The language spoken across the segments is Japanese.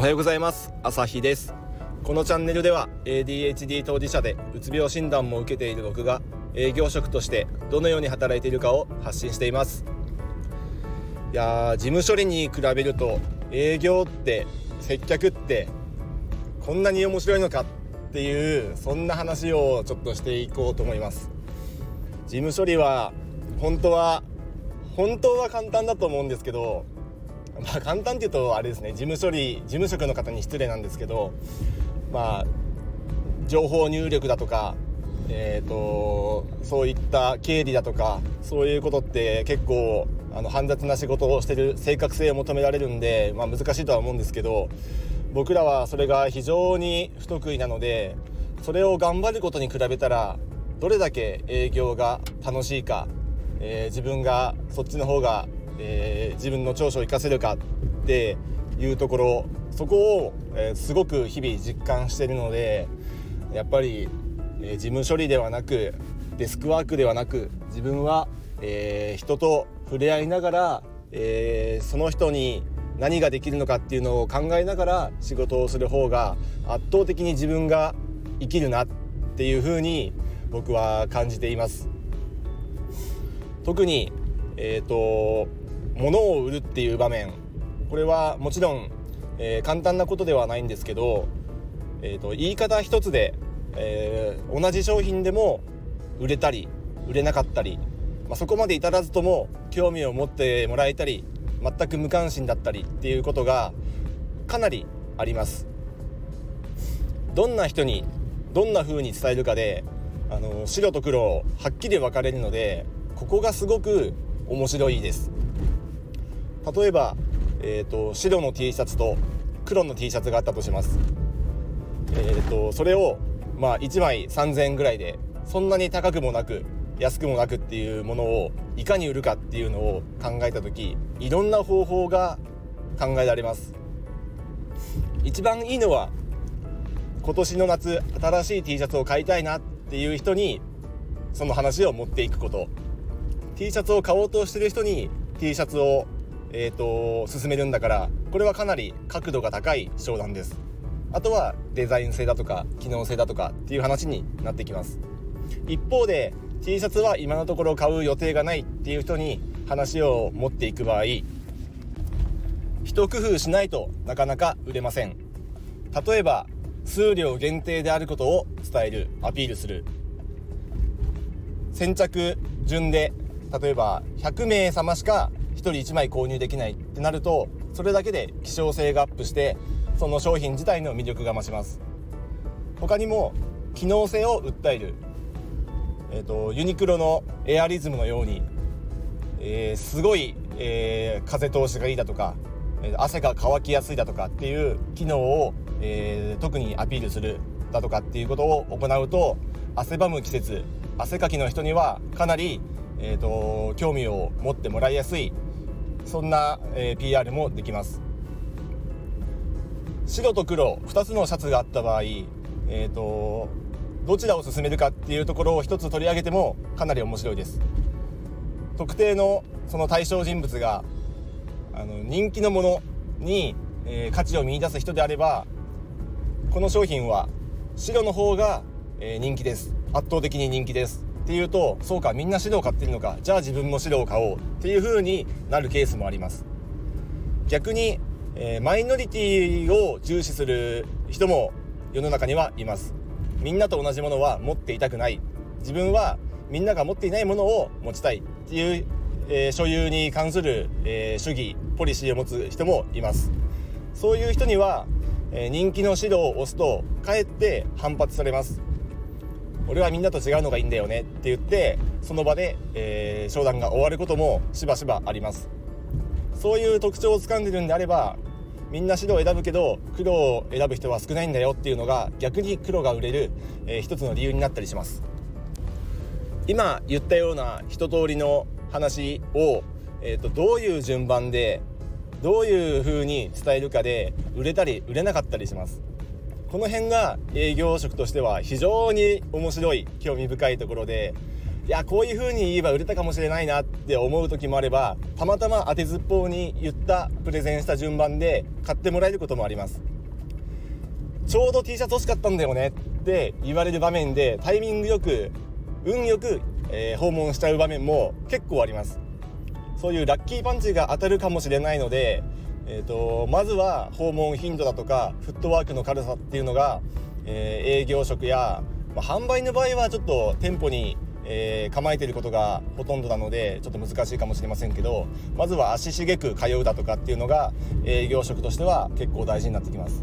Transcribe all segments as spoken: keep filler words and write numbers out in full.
はようございます。朝日です。このチャンネルでは エーディーエイチディー 当事者でうつ病診断も受けている僕が営業職としてどのように働いているかを発信しています。いやー、事務処理に比べると営業って接客ってこんなに面白いのかっていう、そんな話をちょっとしていこうと思います。事務処理は本当は本当は簡単だと思うんですけど、まあ簡単って言うとあれですね、事務処理事務職の方に失礼なんですけど、まあ情報入力だとか、えーとそういった経理だとか、そういうことって結構あの煩雑な仕事をしてる正確性を求められるんで、まあ難しいとは思うんですけど、僕らはそれが非常に不得意なので、それを頑張ることに比べたらどれだけ営業が楽しいか、えー、自分がそっちの方が、えー、自分の長所を生かせるかっていうところ、そこを、えー、すごく日々実感しているので、やっぱり、えー、事務処理ではなくデスクワークではなく、自分は、えー、人と触れ合いながら、えー、その人に何ができるのかっていうのを考えながら仕事をする方が圧倒的に自分が生きるなっていうふうに僕は感じています。特に、えーと、物を売るっていう場面、これはもちろん、えー、簡単なことではないんですけど、えーと、言い方一つで、えー、同じ商品でも売れたり売れなかったり、まあ、そこまで至らずとも興味を持ってもらえたり、全く無関心だったりっていうことがかなりあります。どんな人にどんな風に伝えるかで、あの白と黒はっきり分かれるので、ここがすごく面白いです。例えば、えーと、白の T シャツと黒の T シャツがあったとします。えーと、それを、まあ、いちまいさんぜんえんぐらいで、そんなに高くもなく安くもなくっていうものをいかに売るかっていうのを考えたとき、いろんな方法が考えられます。一番いいのは、今年の夏新しい T シャツを買いたいなっていう人にその話を持っていくこと。 T シャツを買おうとしてる人に T シャツを、えーと、勧めるんだから、これはかなり角度が高い商談です。あとはデザイン性だとか機能性だとかっていう話になってきます。一方で T シャツは今のところ買う予定がないっていう人に話を持っていく場合、一工夫しないとなかなか売れません。例えば数量限定であることを伝える、アピールする。先着順で、例えばひゃくめい様しかひとりいちまい購入できないってなると、それだけで希少性がアップして、その商品自体の魅力が増します。他にも機能性を訴える、えーと、ユニクロのエアリズムのように、えー、すごい、えー、風通しがいいだとか、汗が乾きやすいだとかっていう機能を、えー、特にアピールするだとかっていうことを行うと、汗ばむ季節、汗かきの人にはかなり、えーと、興味を持ってもらいやすい、そんな、えー、ピーアール もできます。白と黒ふたつのシャツがあった場合、えーと、どちらを勧めるかっていうところを一つ取り上げてもかなり面白いです。特定のその対象人物があの人気のものに、えー、価値を見出す人であれば、この商品は白の方が、えー、人気です、圧倒的に人気ですっていうと、そうか、みんな白を買ってるのか、じゃあ自分も白を買おうっていう風になるケースもあります。逆に、えー、マイノリティを重視する人も世の中にはいます。みんなと同じものは持っていたくない、自分はみんなが持っていないものを持ちたいっていう、えー、所有に関する、えー、主義ポリシーを持つ人もいます。そういう人には、えー、人気の白を押すとかえって反発されます。俺はみんなと違うのがいいんだよねって言って、その場で、えー、商談が終わることもしばしばあります。そういう特徴をつかんでるんであれば、みんな白を選ぶけど黒を選ぶ人は少ないんだよっていうのが、逆に黒が売れる、えー、一つの理由になったりします。今言ったような一通りの話を、えーと、どういう順番でどういう風に伝えるかで売れたり売れなかったりします。この辺が営業職としては非常に面白い、興味深いところで、いやこういう風に言えば売れたかもしれないなって思う時もあれば、たまたま当てずっぽうに言ったプレゼンした順番で買ってもらえることもあります。 ちょうど T シャツ欲しかったんだよねって言われる場面でタイミングよく運よく、えー、訪問しちゃう場面も結構あります。そういうラッキーパンチが当たるかもしれないので、えーと、まずは訪問頻度だとかフットワークの軽さっていうのが、えー、営業職や、まあ、販売の場合はちょっと店舗に、えー、構えていることがほとんどなのでちょっと難しいかもしれませんけど、まずは足しげく通うだとかっていうのが営業職としては結構大事になってきます。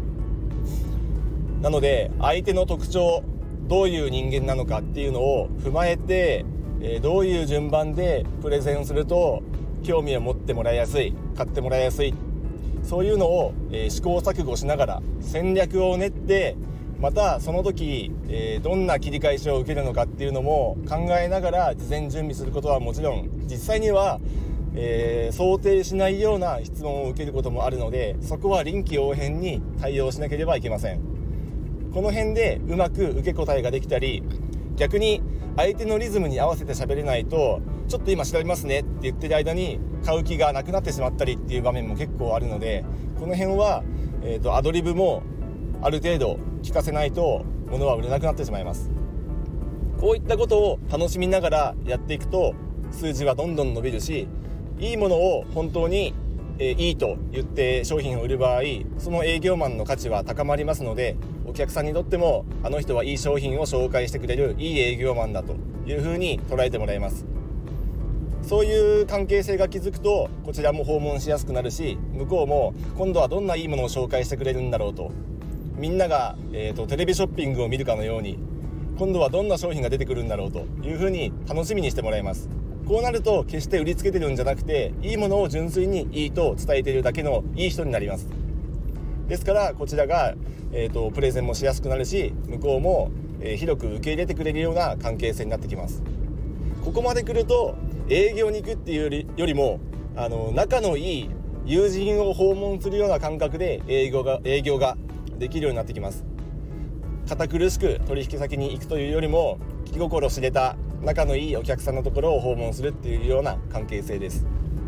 なので相手の特徴、どういう人間なのかっていうのを踏まえて、えー、どういう順番でプレゼンすると興味を持ってもらいやすい、買ってもらいやすい、そういうのを、えー、試行錯誤しながら戦略を練って、またその時、えー、どんな切り返しを受けるのかっていうのも考えながら事前準備することはもちろん、実際には、えー、想定しないような質問を受けることもあるので、そこは臨機応変に対応しなければいけません。この辺でうまく受け答えができたり、逆に相手のリズムに合わせて喋れないと、ちょっと今調べますねって言ってる間に買う気がなくなってしまったりっていう場面も結構あるので、この辺は、えーと、アドリブもある程度聞かせないと物は売れなくなってしまいます。こういったことを楽しみながらやっていくと数字はどんどん伸びるし、いいものを本当に、えー、いいと言って商品を売る場合、その営業マンの価値は高まりますので、お客さんにとってもあの人はいい商品を紹介してくれるいい営業マンだというふうに捉えてもらえます。そういう関係性が築くとこちらも訪問しやすくなるし、向こうも今度はどんないいものを紹介してくれるんだろうと、みんなが、えーと、テレビショッピングを見るかのように今度はどんな商品が出てくるんだろうというふうに楽しみにしてもらえます。こうなると決して売りつけてるんじゃなくて、いいものを純粋にいいと伝えているだけのいい人になります。ですからこちらが、えーと、プレゼンもしやすくなるし、向こうも、えー、広く受け入れてくれるような関係性になってきます。ここまで来ると営業に行くっていうより、よりもあの仲のいい友人を訪問するような感覚で営業が、営業ができるようになってきます。堅苦しく取引先に行くというよりも、気心知れた仲のいいお客さんのところを訪問するっていうような関係性です。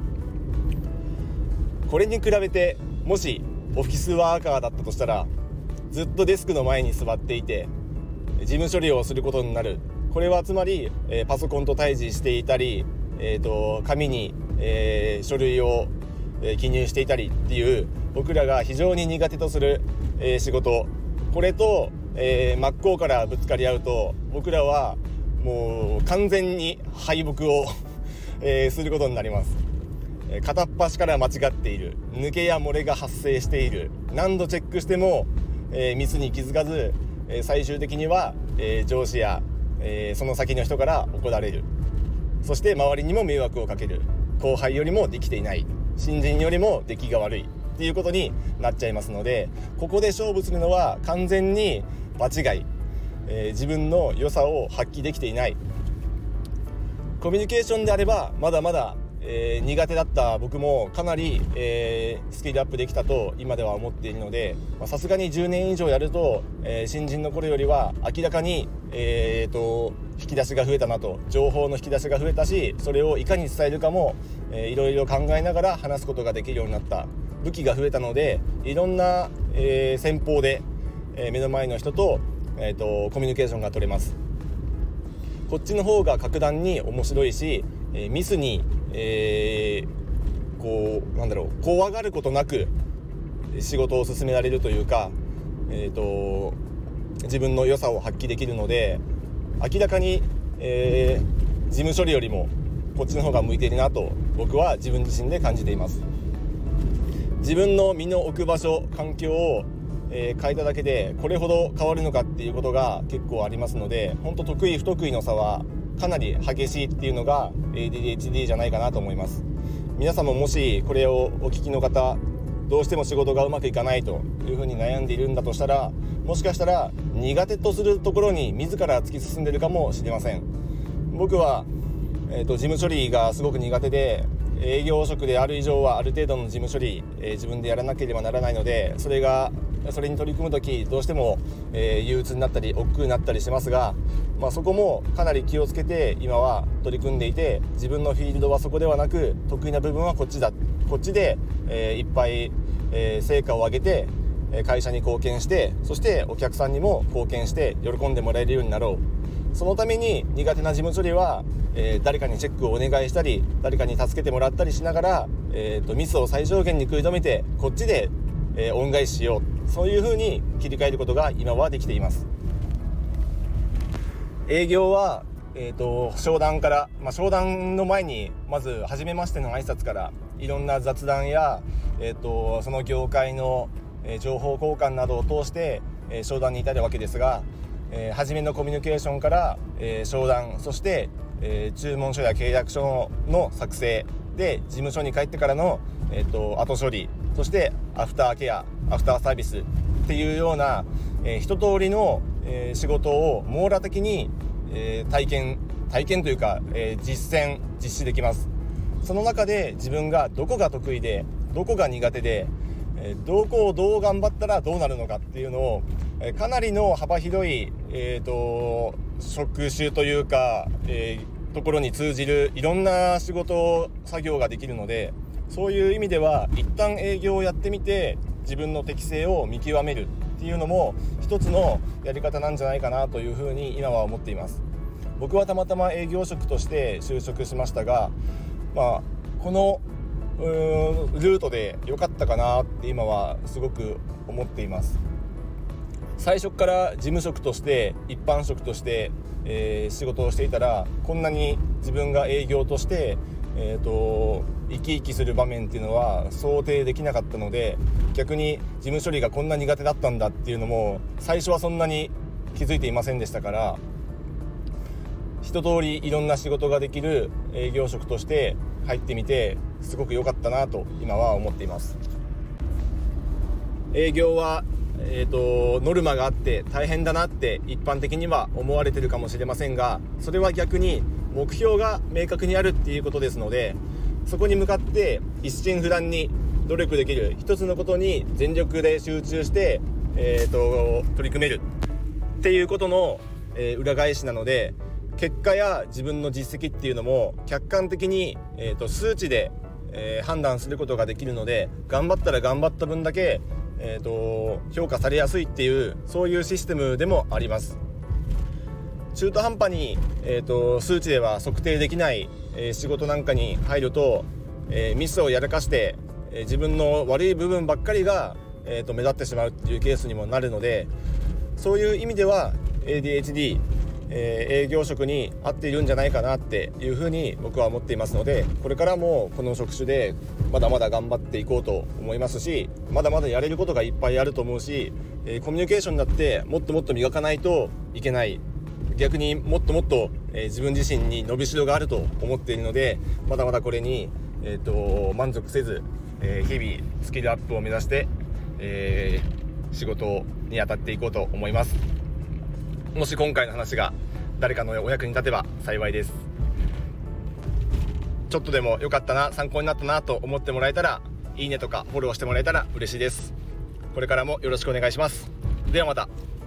これに比べて、もしオフィスワーカーだったとしたら、ずっとデスクの前に座っていて事務処理をすることになる。これはつまり、えー、パソコンと対峙していたり、えーと、紙に、えー、書類を、えー、記入していたりっていう、僕らが非常に苦手とする、えー、仕事、これと、えー、真っ向からぶつかり合うと、僕らはもう完全に敗北を、えー、することになります。片っ端から間違っている、抜けや漏れが発生している、何度チェックしても、えー、ミスに気づかず、えー、最終的には、えー、上司や、えー、その先の人から怒られる。そして周りにも迷惑をかける。後輩よりもできていない、新人よりも出来が悪いっていうことになっちゃいますので、ここで勝負するのは完全に場違い、えー、自分の良さを発揮できていない。コミュニケーションであればまだまだ、えー、苦手だった僕もかなり、えー、スキルアップできたと今では思っているので、さすがにじゅうねん以上やると、えー、新人の頃よりは明らかに、えー、と引き出しが増えたなと、情報の引き出しが増えたし、それをいかに伝えるかも、えー、いろいろ考えながら話すことができるようになった。武器が増えたので、いろんな、えー、戦法で、えー、目の前の人と、えー、とコミュニケーションが取れます。こっちの方が格段に面白いし、えー、ミスに、えー、こうなんだろう怖がることなく仕事を進められるというか、えー、と自分の良さを発揮できるので、明らかに、えー、事務処理よりもこっちの方が向いているなと僕は自分自身で感じています。自分の身の置く場所、環境を、えー、変えただけでこれほど変わるのかっていうことが結構ありますので、本当得意不得意の差はかなり激しいっていうのが エーディーエイチディー じゃないかなと思います。皆さんももしこれをお聞きの方、どうしても仕事がうまくいかないというふうに悩んでいるんだとしたら、もしかしたら苦手とするところに自ら突き進んでいるかもしれません。僕は、えーと、事務処理がすごく苦手で、営業職である以上はある程度の事務処理、えー、自分でやらなければならないので、それがそれに取り組むときどうしても、えー、憂鬱になったり億劫になったりしますが、まあ、そこもかなり気をつけて今は取り組んでいて、自分のフィールドはそこではなく得意な部分はこっちだ、こっちで、えー、いっぱい、えー、成果を上げて、 会社に貢献して、そしてお客さんにも貢献して喜んでもらえるようになろう。そのために苦手な事務処理は、えー、誰かにチェックをお願いしたり、誰かに助けてもらったりしながら、えーと、ミスを最小限に食い止めてこっちで、えー、恩返ししよう。そういう風に切り替えることが今はできています。営業は、えーと、商談から、まあ、商談の前にまず初めましての挨拶からいろんな雑談や、えーと、その業界の、えー、情報交換などを通して、えー、商談に至るわけですが、えー、初めのコミュニケーションから、えー、商談、そして、えー、注文書や契約書の作成で、事務所に帰ってからの、えーと、後処理、そしてアフターケア、アフターサービスっていうような、えー、一通りの、えー、仕事を網羅的に、えー、体験体験というか、えー、実践実施できます。その中で自分がどこが得意でどこが苦手で、えー、どこをどう頑張ったらどうなるのかっていうのを、えー、かなりの幅広い、えーと、職種というか、えー、ところに通じるいろんな仕事作業ができるので、そういう意味では一旦営業をやってみて自分の適性を見極めるっていうのも一つのやり方なんじゃないかなというふうに今は思っています。僕はたまたま営業職として就職しましたが、まあ、このうーんルートで良かったかなって今はすごく思っています。最初から事務職として一般職として、えー、仕事をしていたらこんなに自分が営業として、えーと、生き生きする場面っていうのは想定できなかったので、逆に事務処理がこんな苦手だったんだっていうのも最初はそんなに気づいていませんでしたから、一通りいろんな仕事ができる営業職として入ってみてすごく良かったなと今は思っています。営業は、えーと、ノルマがあって大変だなって一般的には思われてるかもしれませんが、それは逆に目標が明確にあるっていうことですので、そこに向かって一心不乱に努力できる、一つのことに全力で集中して、えーと、取り組めるっていうことの、えー、裏返しなので、結果や自分の実績っていうのも客観的に、えーと、数値で、えー、判断することができるので、頑張ったら頑張った分だけ、えーと、評価されやすいっていう、そういうシステムでもあります。中途半端に、えーと、数値では測定できない、えー、仕事なんかに入ると、えー、ミスをやらかして、えー、自分の悪い部分ばっかりが、えーと、目立ってしまうっていうケースにもなるので、そういう意味では エーディーエイチディー、えー、営業職に合っているんじゃないかなっていうふうに僕は思っていますので、これからもこの職種でまだまだ頑張っていこうと思いますし、まだまだやれることがいっぱいあると思うし、えー、コミュニケーションだってもっともっと磨かないといけない、逆にもっともっと、えー、自分自身に伸びしろがあると思っているので、まだまだこれに、えー、と満足せず、えー、日々スキルアップを目指して、えー、仕事に当たっていこうと思います。もし今回の話が誰かのお役に立てば幸いです。ちょっとでも良かったな、参考になったなと思ってもらえたら、いいねとかフォローしてもらえたら嬉しいです。これからもよろしくお願いします。ではまた。